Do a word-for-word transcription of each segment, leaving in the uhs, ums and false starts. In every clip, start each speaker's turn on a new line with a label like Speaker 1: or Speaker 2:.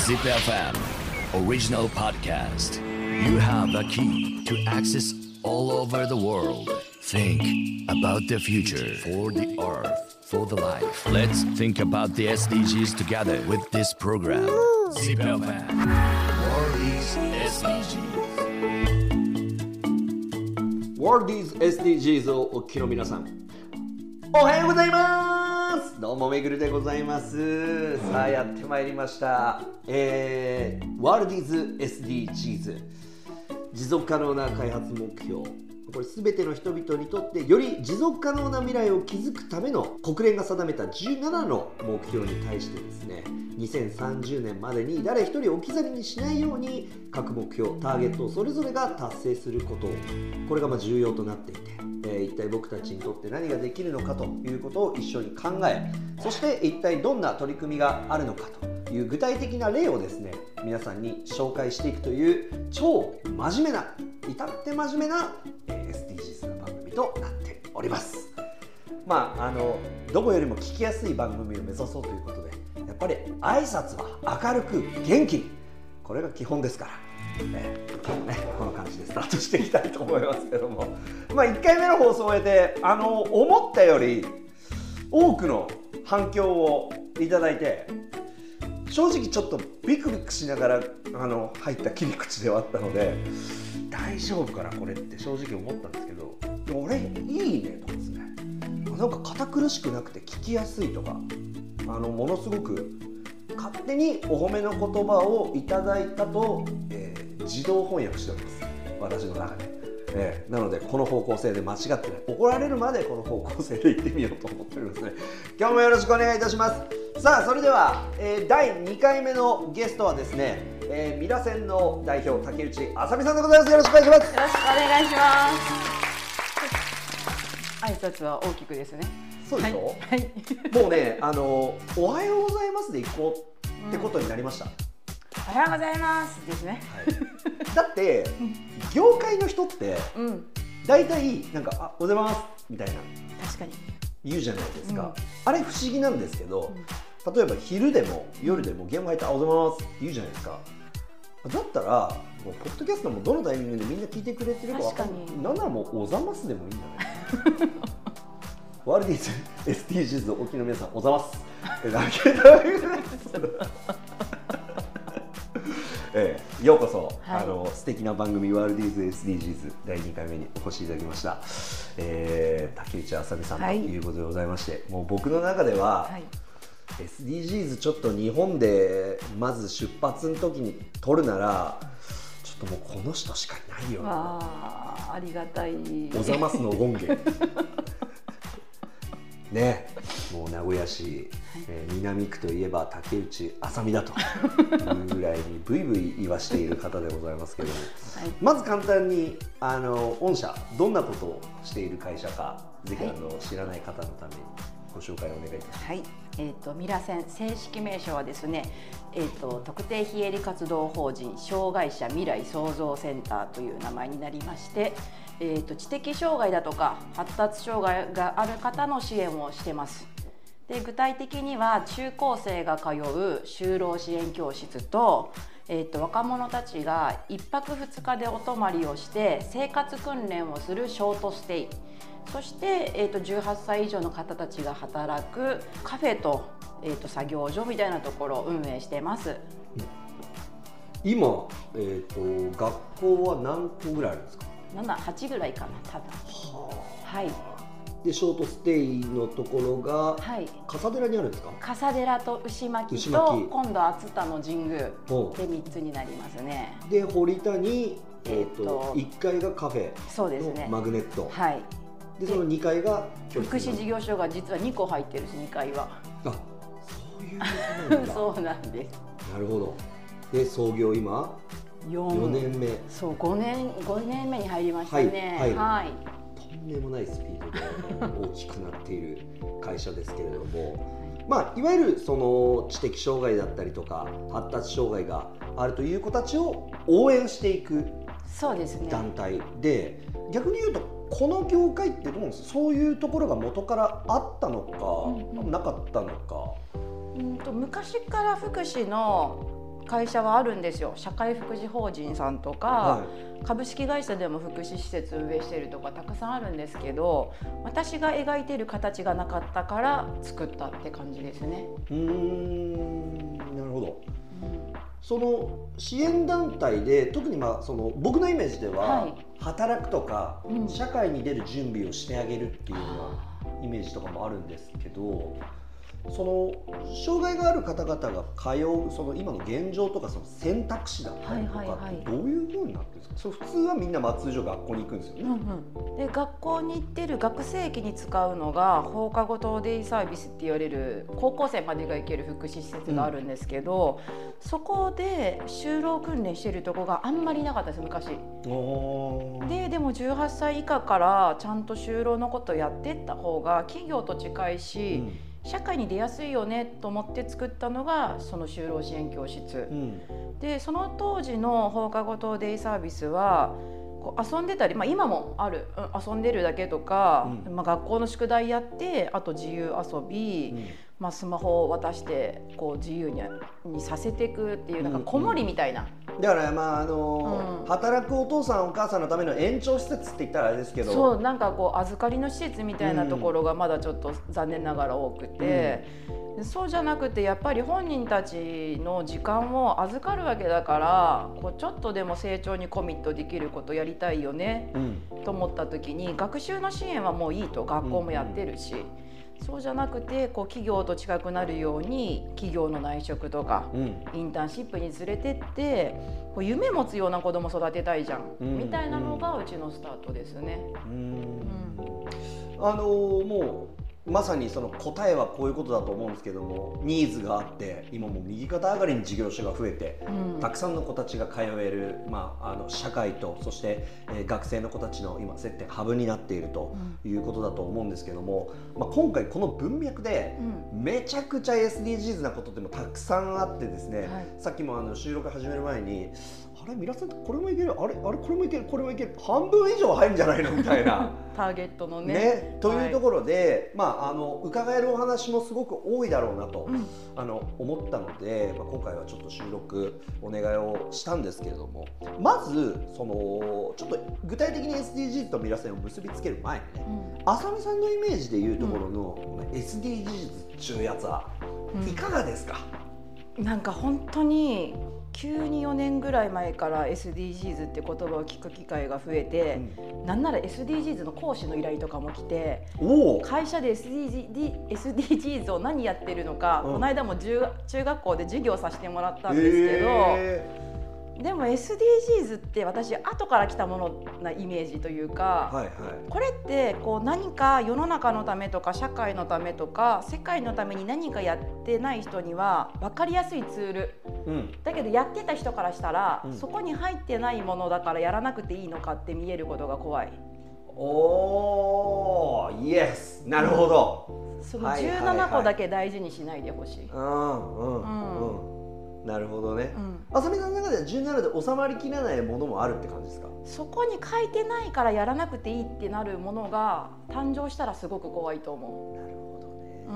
Speaker 1: Zip エフエム Original Podcast. You have a key to access all over the world. Think about the future for the earth, for the life. Let's think about the エスディージーズ together with this program. Zip エフエム World is エスディージーズ
Speaker 2: World is エスディージーズ をお聞きの皆さん、おはようございます。どうもめぐるでございます。さあやってまいりました、えー、World is エスディージーズ 持続可能な開発目標。これ全ての人々にとってより持続可能な未来を築くための国連が定めたじゅうななの目標に対してですね、にせんさんじゅうねんまでに誰一人置き去りにしないように各目標ターゲットをそれぞれが達成すること、これがまあ重要となっていて、えー、一体僕たちにとって何ができるのかということを一緒に考え、そして一体どんな取り組みがあるのかという具体的な例をですね、皆さんに紹介していくという超真面目な、至って真面目な エスディージーズ の番組となっております。まああのどこよりも聞きやすい番組を目指そうということで、やっぱり挨拶は明るく元気に、これが基本ですから、ね、今日ねこの感じでスタートしていきたいと思いますけども、まあいっかいめの放送を終えて、あの思ったより多くの反響をいただいて、正直ちょっとビクビクしながらあの入った切り口ではあったので、大丈夫かなこれって正直思ったんですけど、俺いいねとかですね、なんか堅苦しくなくて聞きやすいとか、あのものすごく勝手にお褒めの言葉をいただいたと、えー、自動翻訳しております、私の中で。えー、なのでこの方向性で間違ってない、怒られるまでこの方向性でいってみようと思っておりますね。今日もよろしくお願いいたします。さあそれでは、えー、だいにかいめのゲストはですね、えー、ミラセンの代表竹内あさみさんでございます。よろしくお願いします。
Speaker 3: よろしくお願いします。挨拶は大きくですね。
Speaker 2: そうでしょ、
Speaker 3: はいはい、
Speaker 2: もうね、あのおはようございますでいこうってことになりました、うん、
Speaker 3: おはようございますですね、
Speaker 2: はい、だって業界の人って大体なんかあおはようございますみたいな
Speaker 3: 確かに
Speaker 2: 言うじゃないですか、
Speaker 3: うん、
Speaker 2: あれ不思議なんですけど、うん、例えば昼でも夜でも現場入ったらおはようございますって言うじゃないですか。だったらもうポッドキャストもどのタイミングでみんな聞いてくれてるか分かんない、なんならもうおざますでもいいんじゃないワールディーズ エスディージーズ お聞きの皆さんおざますってだけだけですええ、ようこそ、はい、あの素敵な番組ワールディーズ エスディージーズ だいにかいめにお越しいただきました、えー、竹内あさみさんということでございまして、はい、もう僕の中では、はい、エスディージーズ ちょっと日本でまず出発の時に撮るならちょっともうこの人しかいないよな。
Speaker 3: あ, ありがたい。
Speaker 2: おざますの権限ね、もう名古屋市、はい、えー、南区といえば竹内あさみだというぐらいにブイブイ言わしている方でございますけども、はい、まず簡単にあの御社どんなことをしている会社か、ぜひ、はい、あの知らない方のためにご紹介をお願いいたします。
Speaker 3: はい、えーと、ミラセン正式名称はですね、えーと、特定非営利活動法人障害者未来創造センターという名前になりまして、えーと、知的障害だとか発達障害がある方の支援をしてます。で、具体的には中高生が通う就労支援教室と、えーと、若者たちがいっぱくふつかでお泊まりをして生活訓練をするショートステイ、そして、えーと、じゅうはっさい以上の方たちが働くカフェと、えーと、作業所みたいなところを運営しています。
Speaker 2: 今、えーと、学校は何個ぐらいあるんですか？
Speaker 3: なな、はちぐらいかな、多分。はあ、はい。で
Speaker 2: ショートステイのところが、はい、笠寺にあるんですか？
Speaker 3: 笠寺と牛巻と今度熱田の神宮でみっつになりますね。
Speaker 2: で堀田に、えーと、いっかいがカフェのマグネット、
Speaker 3: はい、
Speaker 2: でそのにかいが
Speaker 3: 福祉事業所が実はにこ入ってるし、にかいは。
Speaker 2: あ、そういうことなんだ
Speaker 3: そうなんです。
Speaker 2: なるほど。で創業今よねんめ、
Speaker 3: そうごねんごねんめに入りましたね。はい、はい、
Speaker 2: とんでもないスピードで大きくなっている会社ですけれどもまあいわゆるその知的障害だったりとか発達障害があるという子たちを応援していく団体で、逆に言うとこの業界ってどうなんですか？そういうところが元からあったのか、うんうん、なかったのか。
Speaker 3: うんと昔から福祉の会社はあるんですよ。社会福祉法人さんとか、はい、株式会社でも福祉施設運営しているとかたくさんあるんですけど、私が描いている形がなかったから作ったって感じですね。
Speaker 2: うーん、なるほど。うん、その支援団体で特に、まあ、その僕のイメージでは、はい、働くとか、うん、社会に出る準備をしてあげるっていうようなイメージとかもあるんですけど、その障害がある方々が通うその今の現状とかその選択肢だったりとかってどういう風になってるんですか？それ普通はみんなまあ通常学校に行くんですよね。
Speaker 3: うんうん、で学校に行ってる学生期に使うのが放課後等デイサービスって言われる高校生までが行ける福祉施設があるんですけど、うん、そこで就労訓練してるとこがあんまりなかったです昔。ででもじゅうはっさい以下からちゃんと就労のことやってった方が企業と近いし、うん、社会に出やすいよねと思って作ったのがその就労支援教室、うん、でその当時の放課後等デイサービスはこう遊んでたり、まあ、今もある、うん、遊んでるだけとか、うんまあ、学校の宿題やってあと自由遊び、うんまあ、スマホを渡してこう自由 に, にさせていくっていうなんか子守みたいな、
Speaker 2: うんうん、だからまああのーうん、働くお父さんお母さんのための延長施設って言ったらあれですけど、
Speaker 3: そうなんかこう預かりの施設みたいなところがまだちょっと残念ながら多くて、うん、そうじゃなくてやっぱり本人たちの時間を預かるわけだからこうちょっとでも成長にコミットできることやりたいよね、うん、と思った時に学習の支援はもういいと学校もやってるし、うんうんそうじゃなくてこう企業と近くなるように企業の内職とか、うん、インターンシップに連れてってこう夢持つような子供育てたいじゃん、うん、みたいなのがうちのスタートですね。うん
Speaker 2: うん、あのー、もうまさにその答えはこういうことだと思うんですけども、ニーズがあって今もう右肩上がりに事業所が増えて、うん、たくさんの子たちが通える、まあ、あの社会とそして、えー、学生の子たちの今接点ハブになっているということだと思うんですけども、まあ、今回この文脈でめちゃくちゃ エスディージーズ なことでもたくさんあってですね、はい、さっきもあの収録始める前にあれ皆さんこれもいけるあれあれこれもいけるこれもいける半分以上入るんじゃないのみたいな
Speaker 3: ターゲットの ね,
Speaker 2: ねというところで、はい、まあ、あの伺えるお話もすごく多いだろうなと、うん、あの思ったので、まあ、今回はちょっと収録お願いをしたんですけれども、まずそのちょっと具体的に エスディージーズ とミラセンを結びつける前にね、うん、あさみさんのイメージでいうところの、うん、エスディージーズ っていうやつはいかがですか？
Speaker 3: うん、なんか本当に急によねんぐらい前から エスディージーズ って言葉を聞く機会が増えて、うん、なんなら エスディージーズ の講師の依頼とかも来て、会社で エスディージーズ を何やってるのか、うん、この間も中学校で授業させてもらったんですけど、えーでも エスディージーズ って私後から来たものなイメージというか、はいはい、これってこう何か世の中のためとか社会のためとか世界のために何かやってない人には分かりやすいツール、うん、だけどやってた人からしたら、うん、そこに入ってないものだからやらなくていいのかって見えることが怖い。
Speaker 2: おー、イエス、なるほど。
Speaker 3: そのじゅうななこだけ大事にしないでほしい。
Speaker 2: うんうんうん。なるほどね。あさみさんの中ではじゅうななで収まりきらないものもあるって感じですか？
Speaker 3: そこに書いてないからやらなくていいってなるものが誕生したらすごく怖いと思う。
Speaker 2: なるほどね。うん、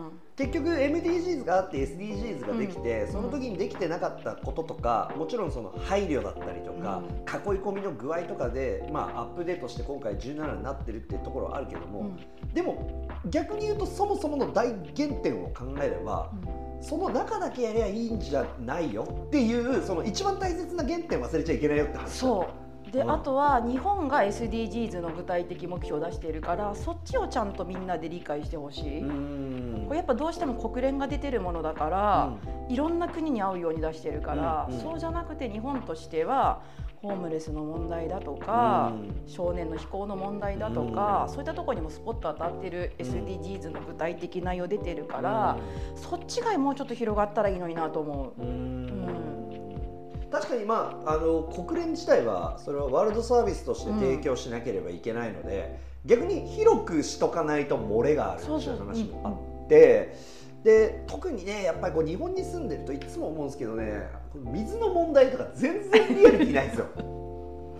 Speaker 2: 結局 エムディージーズ があって エスディージーズ ができて、うん、その時にできてなかったこととか、もちろんその配慮だったりとか、うん、囲い込みの具合とかで、まあ、アップデートして今回じゅうななになってるっていうところはあるけども、うん、でも逆に言うとそもそもの大原点を考えれば、うん、その中だけやりゃいいんじゃないよっていうその一番大切な原点忘れちゃいけないよって話。
Speaker 3: そうで、うん、あとは日本が エスディージーズ の具体的目標を出しているからそっちをちゃんとみんなで理解してほしい。うんこれやっぱどうしても国連が出てるものだから、うん、いろんな国に合うように出してるから、うんうん、そうじゃなくて日本としてはホームレスの問題だとか、うん、少年の非行の問題だとか、うん、そういったところにもスポット当たってる エスディージーズ の具体的内容出てるから、うん、そっちがもうちょっと広がったらいいのになと思う。うんうん
Speaker 2: 確かに、まあ、あの国連自体はそれはワールドサービスとして提供しなければいけないので、うん、逆に広くしとかないと漏れがあるっていう話もあって、で特にねやっぱりこう日本に住んでるといつも思うんですけどね、水の問題とか全然リアリティないんですよ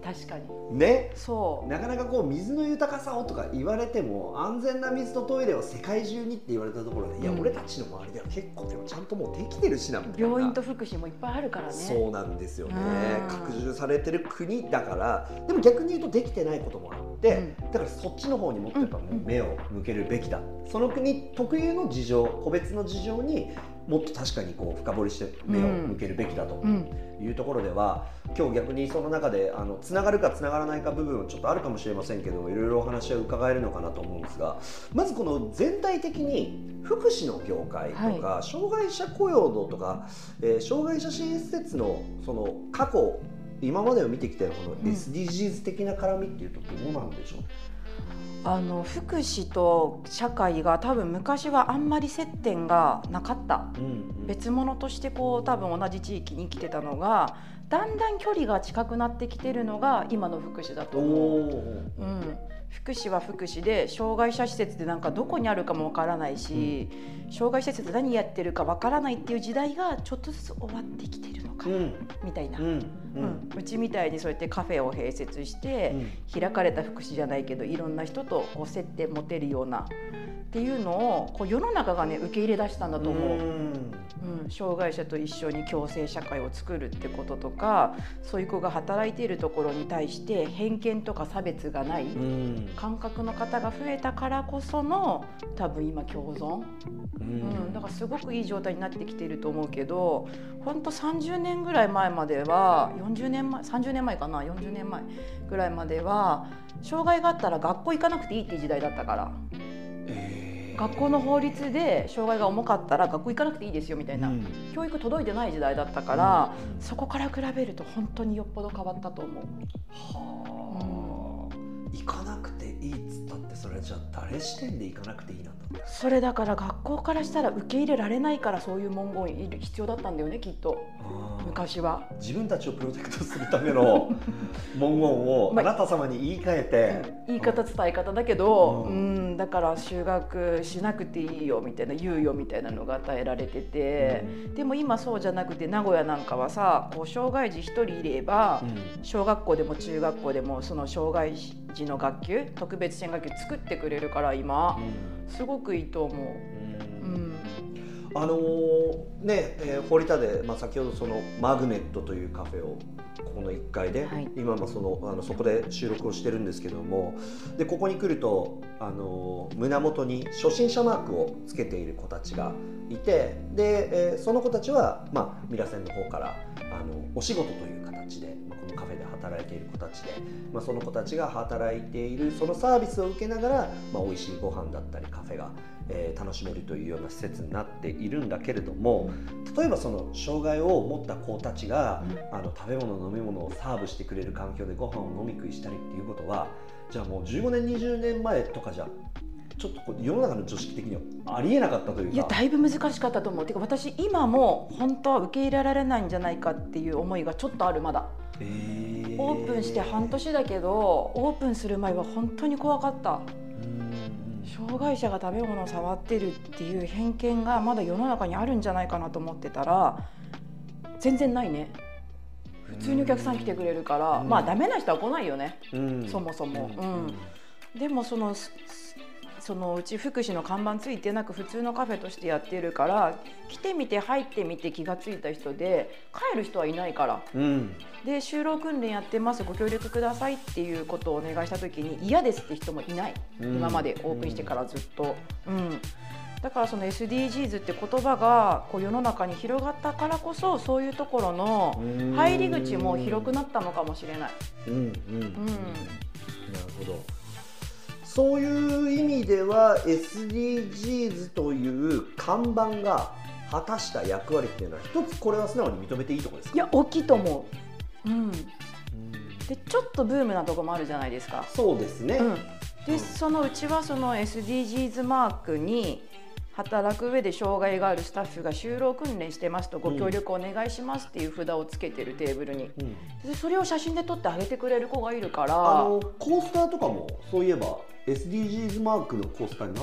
Speaker 3: 確かに
Speaker 2: ね。
Speaker 3: そう
Speaker 2: なかなかこう水の豊かさをとか言われても、安全な水とトイレを世界中にって言われたところで、いや、
Speaker 3: うん
Speaker 2: 俺たちの周りでは結構でもちゃんともうできてるしなみたいな。
Speaker 3: 病院と福祉もいっぱいあるからね。
Speaker 2: そうなんですよね。
Speaker 3: うん
Speaker 2: 拡充されてる国だから。でも逆に言うとできてないこともあって、
Speaker 3: うん
Speaker 2: だからそっちの方にもっとやっぱ
Speaker 3: うん
Speaker 2: 目を向けるべきだ、その国特有の事情、個別の事情にもっと確かにこう深掘りして目を向けるべきだと
Speaker 3: うん
Speaker 2: いうところでは、今日逆にその中であのつながるかつながらないか部分はちょっとあるかもしれませんけど、いろいろお話は伺えるのかなと思うんですが、まずこの全体的に福祉の業界とか、
Speaker 3: は
Speaker 2: 障害者雇用のとか、えー障害者支援施設のその過去今までを見てきたこの エスディージーズ 的な絡みっていうとどうなんでしょう。
Speaker 3: あの福祉と社会が多分昔はあんまり接点がなかった、
Speaker 2: うんうん
Speaker 3: 別物としてこう多分同じ地域に生きてたのが、だんだん距離が近くなってきてるのが今の福祉だと思う。
Speaker 2: おー
Speaker 3: うん、福祉は福祉で、障害者施設でなんかどこにあるかもわからないし、障害者施設で何やってるかわからないっていう時代がちょっとずつ終わってきてるのかな、
Speaker 2: うん
Speaker 3: みたいな、
Speaker 2: うんう
Speaker 3: うんんうちみたいにそうやってカフェを併設して、開かれた福祉じゃないけどいろんな人とこう接点持てるようなっていうのをこう世の中がね受け入れ出したんだと思う。
Speaker 2: うん
Speaker 3: うん、障害者と一緒に共生社会を作るってこととか、そういう子が働いているところに対して偏見とか差別がない
Speaker 2: うん
Speaker 3: 感覚の方が増えたからこその多分今共存、
Speaker 2: う
Speaker 3: うんん、だからすごくいい状態になってきていると思うけど、本当さんじゅうねんぐらい前まではよんじゅうねんまえさんじゅうねんまえかなよんじゅうねんまえぐらいまでは障害があったら学校行かなくていいっていう時代だったから、
Speaker 2: えー
Speaker 3: 学校の法律で障害が重かったら学校行かなくていいですよみたいな、
Speaker 2: うん
Speaker 3: 教育届いてない時代だったから、
Speaker 2: うん
Speaker 3: そこから比べると本当によっぽど変わったと思う。
Speaker 2: はあ、行かなくていいっつったって、それじゃあ誰視点で行かなくていいなんだって。
Speaker 3: それだから学校からしたら受け入れられないから、そういう文言いる必要だったんだよねきっと
Speaker 2: あー
Speaker 3: 昔は。
Speaker 2: 自分たちをプロテクトするための文言を
Speaker 3: まあ
Speaker 2: あなた様に言い換えて、
Speaker 3: 言い方伝え方だけど、
Speaker 2: う
Speaker 3: うんん、だから就学しなくていいよみたいな猶予みたいなのが与えられてて、でも今そうじゃなくて、名古屋なんかはさ、こう障害児ひとりいれば、小学校でも中学校でもその障害児の学級、特別支援学級作ってくれるから今すごくいいと思う。うん
Speaker 2: あのーね、えー堀田で、まあ、先ほどそのマグネットというカフェをここのいっかいで、
Speaker 3: はい
Speaker 2: 今もそのあのそこで収録をしてるんですけども、でここに来ると、あのー胸元に初心者マークをつけている子たちがいて、で、えーその子たちは、まあ、ミラセンの方からあのお仕事という形で、まあ、このカフェで働いている子たちで、まあ、その子たちが働いているそのサービスを受けながら、まあ、美味しいご飯だったりカフェが、えー楽しめるというような施設になっているんだけれども、例えばその障害を持った子たちが、あの食べ物飲み物をサーブしてくれる環境でご飯を飲み食いしたりっていうことは、じゃあもうじゅうごねんにじゅうねんまえとかじゃちょっとこう世の中の常識的にはありえなかったというか。
Speaker 3: いやだいぶ難しかったと思う。てか私今も本当は受け入れられないんじゃないかっていう思いがちょっとある。まだ
Speaker 2: えー
Speaker 3: オープンして半年だけど、オープンする前は本当に怖かった。障害者が食べ物を触ってるっていう偏見がまだ世の中にあるんじゃないかなと思ってたら、全然ないね。普通にお客さん来てくれるから、
Speaker 2: うん
Speaker 3: まあダメな人は来ないよね、
Speaker 2: うん
Speaker 3: そもそも、うん、でもそのそのうち福祉の看板ついてなく普通のカフェとしてやってるから、来てみて入ってみて気がついた人で帰る人はいないから、
Speaker 2: うん
Speaker 3: で就労訓練やってますご協力くださいっていうことをお願いした時に嫌ですって人もいない、
Speaker 2: うん、
Speaker 3: 今までオープンしてからずっと、うんだからその エスディージーズ って言葉がこう世の中に広がったからこそ、そういうところの入り口も広くなったのかもしれない。
Speaker 2: うんうん、
Speaker 3: うん
Speaker 2: なるほど。そういう意味では エスディージーズ という看板が果たした役割っていうのは、一つこれは素直に認めていいところですか？
Speaker 3: いや大きいと思う、うん、でちょっとブームなとこもあるじゃないですか。
Speaker 2: そうですね、
Speaker 3: うん、でそのうちはその エスディージーズ マークに働く上で障害があるスタッフが就労訓練してますと、ご協力お願いしますっていう札をつけてるテーブルに、
Speaker 2: うん、
Speaker 3: でそれを写真で撮ってあげてくれる子がいるから、
Speaker 2: あのコースターとかもそういえば エスディージーズ マークのコースターになって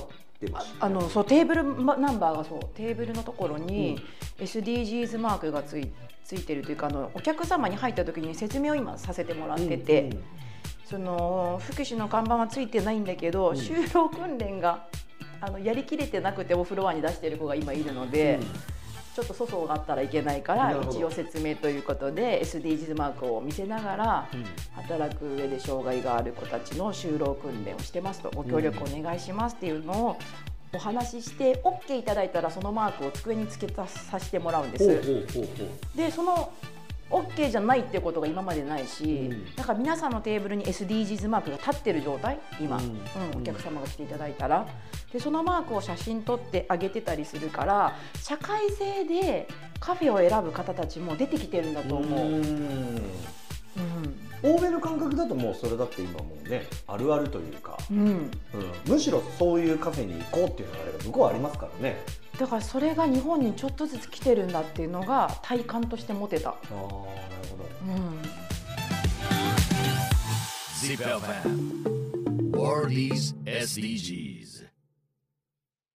Speaker 2: てました。
Speaker 3: あのそうテーブルナンバーがそうテーブルのところに エスディージーズ マークがついついてるというか、あのお客様に入った時に説明を今させてもらってて、うんうん、その福祉の看板はついてないんだけど、うん、就労訓練があのやりきれてなくてオフロアに出してる子が今いるので、うん、ちょっと粗相があったらいけないから一応説明ということで エスディージーズ マークを見せながら、うん、働く上で障害がある子たちの就労訓練をしてますと、ご協力お願いしますっていうのをお話しして オーケー いただいたらそのマークを机につけさせてもらうんです。
Speaker 2: ほうほうほうほう。
Speaker 3: でその オーケー じゃないっていうことが今までないし、うん、だから皆さんのテーブルに エスディージーズ マークが立ってる状態今、うんうん、お客様が来ていただいたらでそのマークを写真撮ってあげてたりするから、社会性でカフェを選ぶ方たちも出てきてるんだと思う。うん、
Speaker 4: 欧米の感覚だともうそれだって今もうねあるあるというか、うんうん、むしろそういうカフェに行こうっていう流れが向こうはありますからね。
Speaker 3: だからそれが日本にちょっとずつ来てるんだっていうのが体感として持てた。ああ、なるほど。うん、
Speaker 1: ジップ エフエム World is エスディージーズ